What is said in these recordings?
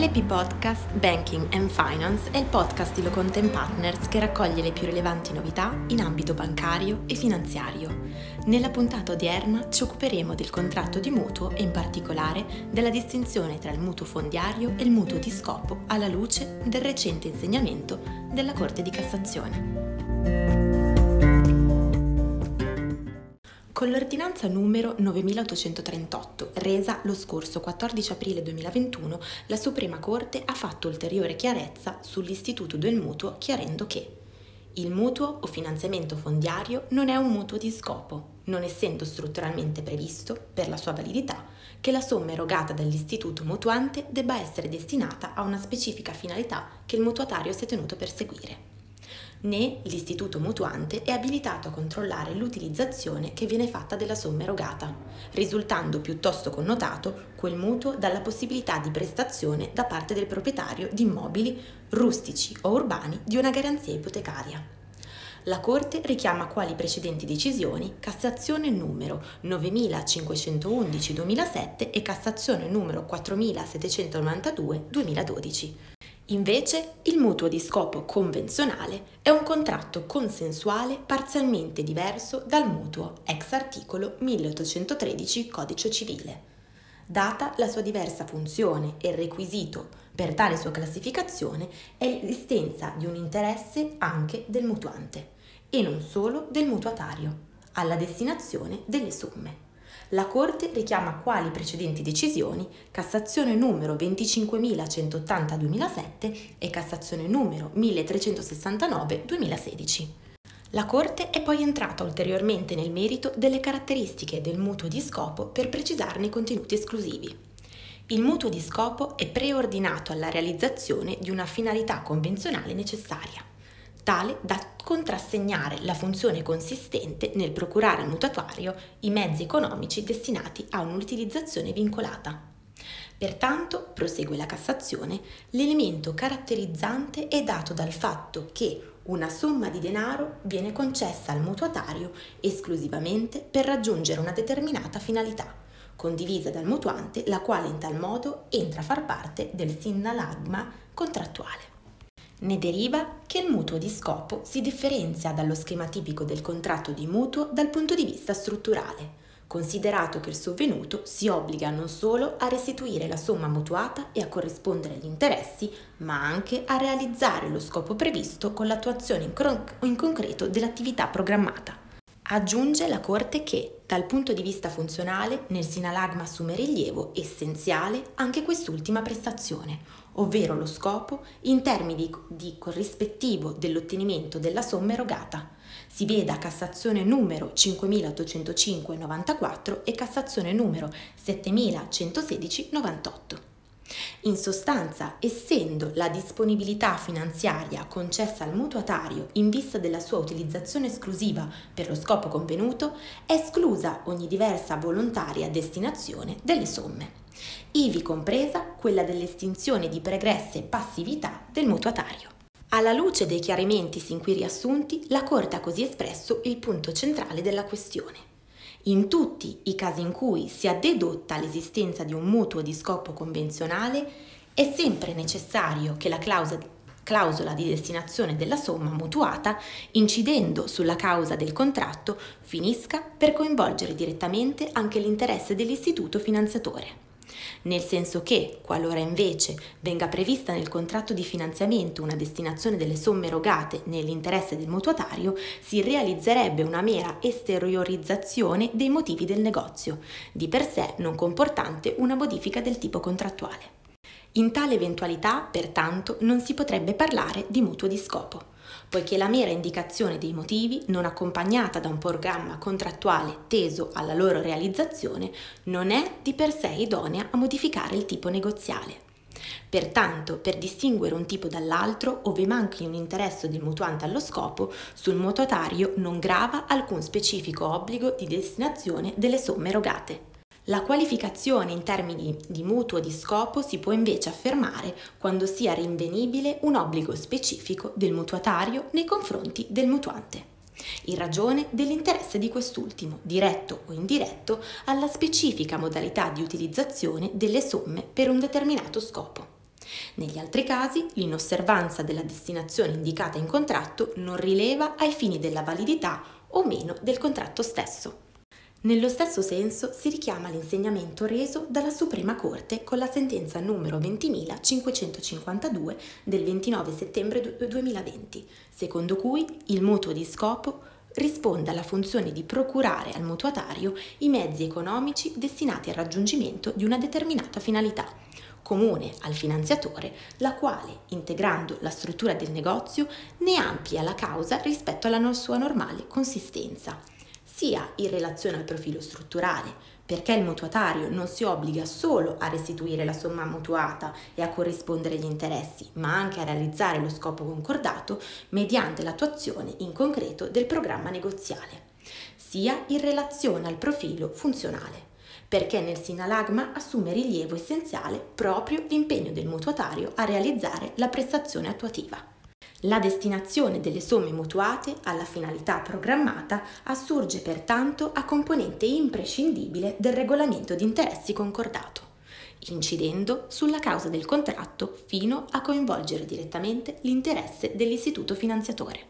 LP Podcast Banking and Finance è il podcast di Locontent Partners che raccoglie le più rilevanti novità in ambito bancario e finanziario. Nella puntata odierna ci occuperemo del contratto di mutuo e in particolare della distinzione tra il mutuo fondiario e il mutuo di scopo alla luce del recente insegnamento della Corte di Cassazione. Con l'ordinanza numero 9838, resa lo scorso 14 aprile 2021, la Suprema Corte ha fatto ulteriore chiarezza sull'istituto del mutuo, chiarendo che il mutuo o finanziamento fondiario non è un mutuo di scopo, non essendo strutturalmente previsto, per la sua validità, che la somma erogata dall'istituto mutuante debba essere destinata a una specifica finalità che il mutuatario sia tenuto a perseguire. Né l'istituto mutuante è abilitato a controllare l'utilizzazione che viene fatta della somma erogata, risultando piuttosto connotato quel mutuo dalla possibilità di prestazione da parte del proprietario di immobili rustici o urbani di una garanzia ipotecaria. La Corte richiama quali precedenti decisioni Cassazione numero 9511-2007 e Cassazione numero 4792-2012. Invece, il mutuo di scopo convenzionale è un contratto consensuale parzialmente diverso dal mutuo ex articolo 1813 Codice Civile. Data la sua diversa funzione e il requisito per tale sua classificazione è l'esistenza di un interesse anche del mutuante e non solo del mutuatario alla destinazione delle somme. La Corte richiama quali precedenti decisioni Cassazione numero 25180-2007 e Cassazione numero 1369-2016. La Corte è poi entrata ulteriormente nel merito delle caratteristiche del mutuo di scopo per precisarne i contenuti esclusivi. Il mutuo di scopo è preordinato alla realizzazione di una finalità convenzionale necessaria, tale da contrassegnare la funzione consistente nel procurare al mutuatario i mezzi economici destinati a un'utilizzazione vincolata. Pertanto, prosegue la Cassazione, l'elemento caratterizzante è dato dal fatto che una somma di denaro viene concessa al mutuatario esclusivamente per raggiungere una determinata finalità, condivisa dal mutuante, la quale in tal modo entra a far parte del sinallagma contrattuale. Ne deriva che il mutuo di scopo si differenzia dallo schema tipico del contratto di mutuo dal punto di vista strutturale, considerato che il sovvenuto si obbliga non solo a restituire la somma mutuata e a corrispondere agli interessi, ma anche a realizzare lo scopo previsto con l'attuazione in concreto dell'attività programmata. Aggiunge la Corte che, dal punto di vista funzionale, nel sinallagma assume rilievo essenziale anche quest'ultima prestazione, ovvero lo scopo in termini di corrispettivo dell'ottenimento della somma erogata. Si veda Cassazione numero 5805-94 e Cassazione numero 7116-98. In sostanza, essendo la disponibilità finanziaria concessa al mutuatario in vista della sua utilizzazione esclusiva per lo scopo convenuto, è esclusa ogni diversa volontaria destinazione delle somme, ivi compresa quella dell'estinzione di pregresse passività del mutuatario. Alla luce dei chiarimenti sin qui riassunti, la Corte ha così espresso il punto centrale della questione. In tutti i casi in cui sia dedotta l'esistenza di un mutuo di scopo convenzionale, è sempre necessario che la clausola di destinazione della somma mutuata, incidendo sulla causa del contratto, finisca per coinvolgere direttamente anche l'interesse dell'istituto finanziatore. Nel senso che, qualora invece venga prevista nel contratto di finanziamento una destinazione delle somme erogate nell'interesse del mutuatario, si realizzerebbe una mera esteriorizzazione dei motivi del negozio, di per sé non comportante una modifica del tipo contrattuale. In tale eventualità, pertanto, non si potrebbe parlare di mutuo di scopo, poiché la mera indicazione dei motivi, non accompagnata da un programma contrattuale teso alla loro realizzazione, non è di per sé idonea a modificare il tipo negoziale. Pertanto, per distinguere un tipo dall'altro, ove manchi un interesse del mutuante allo scopo, sul mutuatario non grava alcun specifico obbligo di destinazione delle somme erogate. La qualificazione in termini di mutuo di scopo si può invece affermare quando sia rinvenibile un obbligo specifico del mutuatario nei confronti del mutuante, in ragione dell'interesse di quest'ultimo, diretto o indiretto, alla specifica modalità di utilizzazione delle somme per un determinato scopo. Negli altri casi, l'inosservanza della destinazione indicata in contratto non rileva ai fini della validità o meno del contratto stesso. Nello stesso senso si richiama l'insegnamento reso dalla Suprema Corte con la sentenza numero 20.552 del 29 settembre 2020, secondo cui il mutuo di scopo risponde alla funzione di procurare al mutuatario i mezzi economici destinati al raggiungimento di una determinata finalità, comune al finanziatore, la quale, integrando la struttura del negozio, ne amplia la causa rispetto alla sua normale consistenza, sia in relazione al profilo strutturale, perché il mutuatario non si obbliga solo a restituire la somma mutuata e a corrispondere gli interessi, ma anche a realizzare lo scopo concordato mediante l'attuazione in concreto del programma negoziale, sia in relazione al profilo funzionale, perché nel sinalagma assume rilievo essenziale proprio l'impegno del mutuatario a realizzare la prestazione attuativa. La destinazione delle somme mutuate alla finalità programmata assurge pertanto a componente imprescindibile del regolamento di interessi concordato, incidendo sulla causa del contratto fino a coinvolgere direttamente l'interesse dell'istituto finanziatore.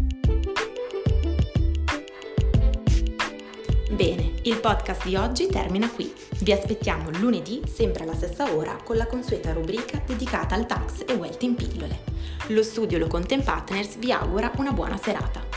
Bene, il podcast di oggi termina qui. Vi aspettiamo lunedì, sempre alla stessa ora, con la consueta rubrica dedicata al tax e wealth in pillole. Lo studio Locontent Partners vi augura una buona serata.